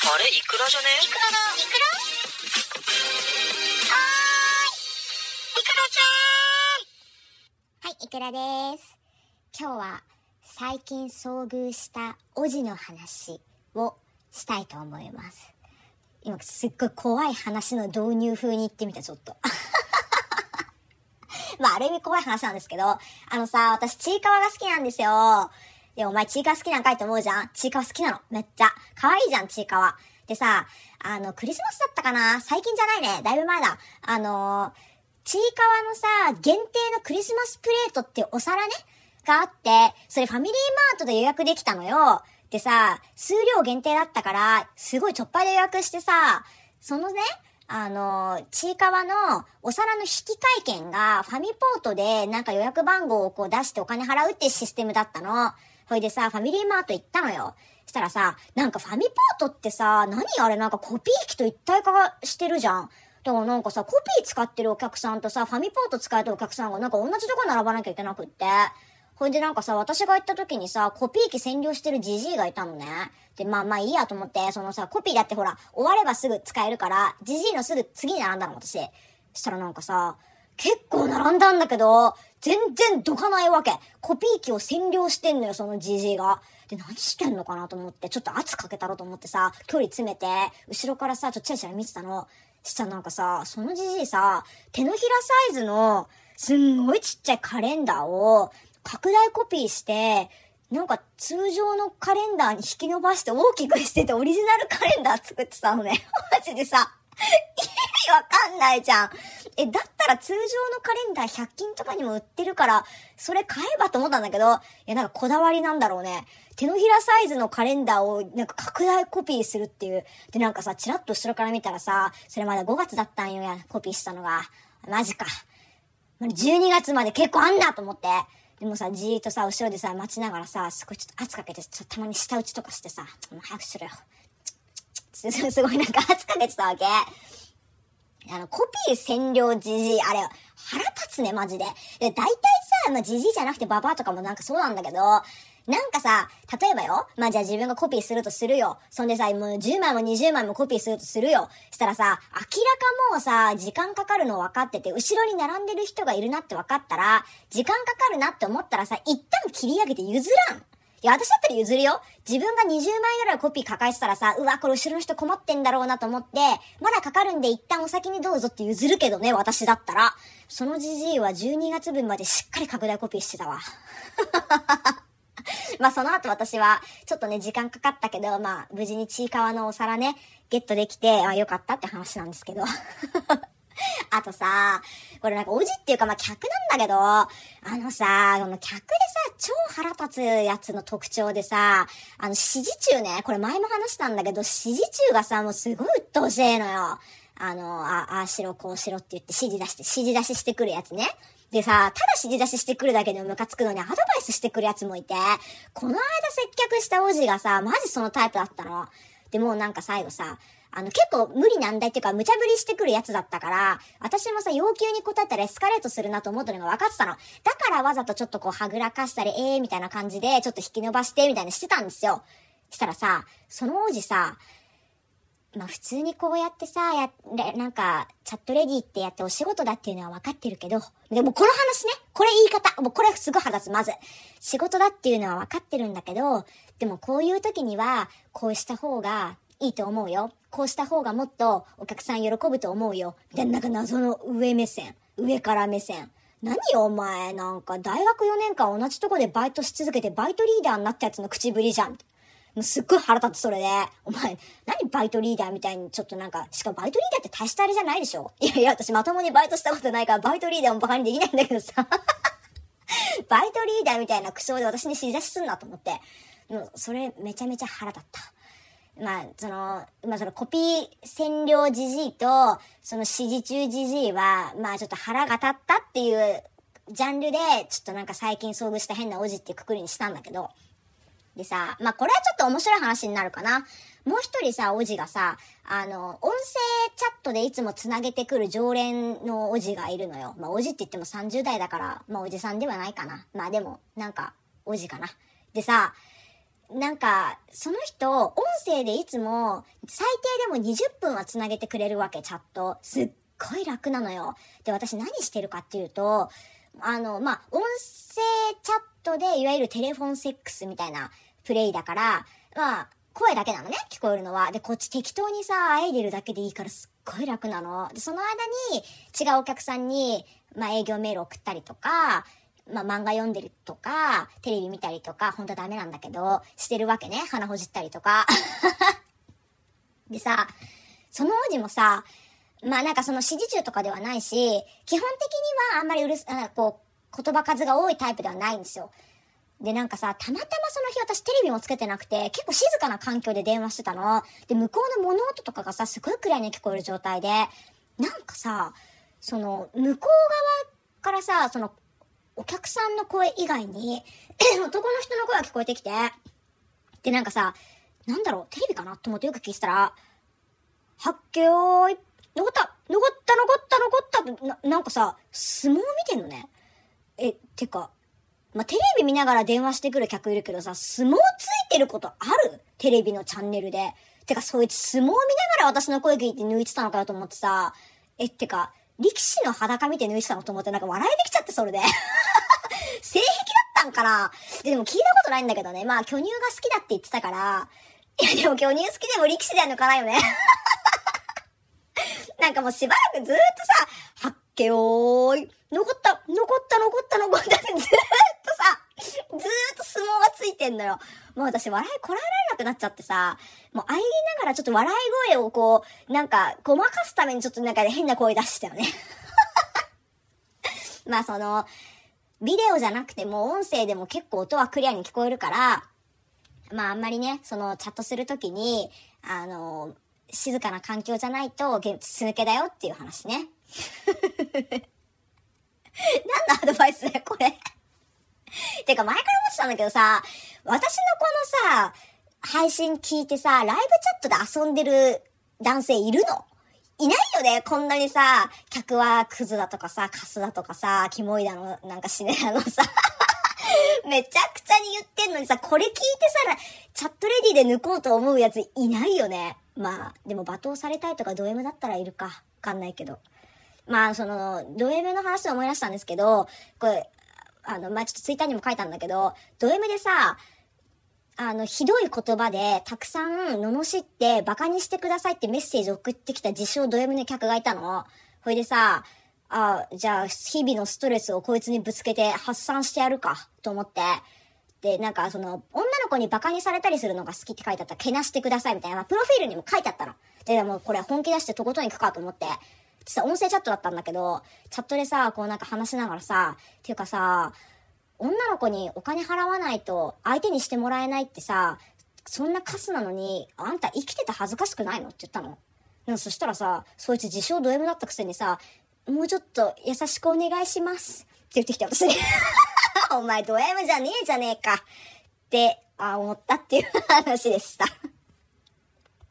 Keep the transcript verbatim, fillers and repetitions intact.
あれイクラじゃね？ イクラだ。イクラ？はーい。イクラちゃーん。はい、イクラです。今日は最近遭遇したおじの話をしたいと思います。今すっごい怖い話の導入風に言ってみた、ちょっと。まあ、ある意味怖い話なんですけど、あのさ、私ちいかわが好きなんですよ。で、お前ちいかわ好きなんかいと思うじゃん。ちいかわ好きなの。めっちゃ。可愛いじゃん、ちいかわ。でさ、あの、クリスマスだったかな？最近じゃないね。だいぶ前だ。あのー、ちいかわのさ、限定のクリスマスプレートっていうお皿ね、があって、それファミリーマートで予約できたのよ。でさ、数量限定だったから、すごいちょっぱいで予約してさ、そのね、あの、ちいかわのお皿の引換券がファミポートでなんか予約番号をこう出してお金払うっていうシステムだったの。ほいでさ、ファミリーマート行ったのよ。したらさ、なんかファミポートってさ、何あれなんかコピー機と一体化してるじゃん。だからなんかさ、コピー使ってるお客さんとさ、ファミポート使えてるお客さんがなんか同じとこ並ばなきゃいけなくって。ほいでなんかさ、私が行った時にさ、コピー機占領してるジジイがいたのね。で、まあまあいいやと思って、そのさ、コピーだってほら、終わればすぐ使えるから、ジジイのすぐ次に並んだの、私。したらなんかさ、結構並んだんだけど、全然どかないわけ。コピー機を占領してんのよ、そのジジイが。で、何してんのかなと思って、ちょっと圧かけたろうと思ってさ、距離詰めて、後ろからさ、ちょっとチラチラ見てたの。したらなんかさ、そのジジイさ、手のひらサイズの、すんごいちっちゃいカレンダーを、拡大コピーして、なんか通常のカレンダーに引き伸ばして大きくしててオリジナルカレンダー作ってたのね。マジでさ、意味わかんないじゃん。え、だったら通常のカレンダーひゃく均とかにも売ってるから、それ買えばと思ったんだけど、いやなんかこだわりなんだろうね。手のひらサイズのカレンダーをなんか拡大コピーするっていう。でなんかさ、チラッと後ろから見たらさ、それまだごがつだったんよや、コピーしたのが。マジか。じゅうにがつまで結構あんだと思って。でもさ、じーっとさ、後ろでさ、待ちながらさ、すごいちょっと圧かけて、ちょっとたまに舌打ちとかしてさ、もう早くしろよ。すごいなんか圧かけてたわけ。あの、コピー占領じじい、あれ、腹立つね、マジで。で、大体さ、まあ、じじいじゃなくてババアとかもなんかそうなんだけど、なんかさ、例えばよ、まあ、じゃあ自分がコピーするとするよ。そんでさ、もうじゅうまいもにじゅうまいもコピーするとするよ。したらさ、明らかもうさ、時間かかるの分かってて、後ろに並んでる人がいるなって分かったら、時間かかるなって思ったらさ、一旦切り上げて譲らん。いや、私だったら譲るよ。自分がにじゅうまいぐらいコピー抱えてたらさ、うわ、これ後ろの人困ってんだろうなと思って、まだかかるんで一旦お先にどうぞって譲るけどね、私だったら。そのじじいはじゅうにがつぶんまでしっかり拡大コピーしてたわ。まあその後私はちょっとね時間かかったけど、まあ無事にちいかわのお皿ねゲットできて、あよかったって話なんですけどあとさ、これなんかおじっていうかまあ客なんだけど、あのさ、この客でさ超腹立つやつの特徴でさ、あの指示中ね、これ前も話したんだけど、指示中がさもうすごい鬱陶しいのよ。あの、あ、ああしろこうしろって言って指示出して、指示出ししてくるやつね。でさ、ただ指示出ししてくるだけでもムカつくのにアドバイスしてくるやつもいて、この間接客したおじがさ、マジそのタイプだったの。でもうなんか最後さ、あの結構無理難題っていうか無茶ぶりしてくるやつだったから、私もさ、要求に応えたらエスカレートするなと思ったのが分かってたの。だからわざとちょっとこうはぐらかしたり、えーみたいな感じでちょっと引き伸ばしてみたいなしてたんですよ。したらさ、その王子さ、まあ普通にこうやってさ、や、なんか、チャットレディってやってお仕事だっていうのは分かってるけど、でもこの話ね、これ言い方、もうこれすごい腹立つ、まず。仕事だっていうのは分かってるんだけど、でもこういう時には、こうした方がいいと思うよ。こうした方がもっとお客さん喜ぶと思うよ。みたいな、なんか謎の上目線。上から目線。何よお前、なんか大学よねんかん同じとこでバイトし続けてバイトリーダーになったやつの口ぶりじゃん。もうすっごい腹立つそれで。お前、何バイトリーダーみたいにちょっとなんか、しかもバイトリーダーって大したあれじゃないでしょ。いやいや、私まともにバイトしたことないからバイトリーダーもバカにできないんだけどさ。バイトリーダーみたいな口調で私に指示出しすんなと思って。もうそれめちゃめちゃ腹立った。まあ、その、まあそのコピー占領じじいと、その指示中じじいは、まあちょっと腹が立ったっていうジャンルで、ちょっとなんか最近遭遇した変なおじっていうくくりにしたんだけど、でさ、まあ、これはちょっと面白い話になるかな。もう一人さ、おじがさ、あの、音声チャットでいつもつなげてくる常連のおじがいるのよ。まあ、おじって言ってもさんじゅう代だから、まあ、おじさんではないかな。まあ、でも、なんか、おじかな。でさ、 なんか、その人、音声でいつも、最低でもにじゅっぷんはつなげてくれるわけ、チャット。すっごい楽なのよ。で、私何してるかっていうと、あの、まあ、音声チャットで、いわゆるテレフォンセックスみたいなプレイだから、まあ、声だけなのね、聞こえるのは。で、こっち適当にさ、あえいでるだけでいいからすっごい楽なの。で、その間に、違うお客さんに、まあ、営業メール送ったりとか、まあ、漫画読んでるとか、テレビ見たりとか、ほんとダメなんだけど、してるわけね。鼻ほじったりとか。でさ、その王子もさ、まあなんかその指示中とかではないし、基本的にはあんまりうるす、あこう、言葉数が多いタイプではないんですよ。でなんかさ、たまたまその日私テレビもつけてなくて、結構静かな環境で電話してたの。で、向こうの物音とかがさ、すごい暗いに聞こえる状態で、なんかさ、その、向こう側からさ、その、お客さんの声以外に、男の人の声が聞こえてきて、で、なんかさ、なんだろう、テレビかなと思ってよく聞いてたら、はっけよーい、残った、残った、残った、残ったって、な、なんかさ、相撲見てんのね。え、てか、まあ、テレビ見ながら電話してくる客いるけどさ、相撲ついてることある？テレビのチャンネルで。てか、そいつ相撲見ながら私の声聞いて抜いてたのかよと思ってさ、え、てか、力士の裸見て抜いてたのと思ってなんか笑いできちゃって、それで。性癖だったんかな。でも聞いたことないんだけどね。まあ巨乳が好きだって言ってたから、いやでも巨乳好きでも力士でやるのかなよね。なんかもうしばらくずーっとさ、はっけよーい、残った、残った、残った、残ったってずーっとさ、ずーっと相撲がついてんのよ。もう私笑いこらえられなくなっちゃってさ、もうあいりながらちょっと笑い声をこう、なんかごまかすためにちょっとなんか変な声出してたよね。まあその、ビデオじゃなくても音声でも結構音はクリアに聞こえるから、まああんまりね、そのチャットするときに、あの、静かな環境じゃないと筒抜けだよっていう話ね。何のアドバイスだよ、これ。てか前から思ってたんだけどさ、私のこのさ、配信聞いてさ、ライブチャットで遊んでる男性いるの？いないよね。こんなにさ、客はクズだとかさ、カスだとかさ、キモいだの、なんか死ねだのさ。めちゃくちゃに言ってんのにさ、これ聞いてさ、チャットレディで抜こうと思うやついないよね。まあ、でも罵倒されたいとかド M だったらいるか。わかんないけど。まあ、その、ド M の話で思い出したんですけど、これ、あの、まあちょっとツイッターにも書いたんだけど、ド M でさ、あの、ひどい言葉でたくさん罵ってバカにしてくださいってメッセージ送ってきた自称ド M の客がいたの。ほいでさ、あ、じゃあ日々のストレスをこいつにぶつけて発散してやるかと思って。で、なんかその、女の子にバカにされたりするのが好きって書いてあった。けなしてくださいみたいな。プロフィールにも書いてあったの。で、もうこれ本気出してとことん行くかと思って。実は音声チャットだったんだけど、チャットでさ、こうなんか話しながらさ、っていうかさ、女の子にお金払わないと相手にしてもらえないってさ、そんなカスなのに、あんた生きてて恥ずかしくないのって言ったの。でもそしたらさ、そいつ自称ド M だったくせにさ、もうちょっと優しくお願いしますって言ってきて私に。お前ド M じゃねえじゃねえかって、あ、思ったっていう話でした。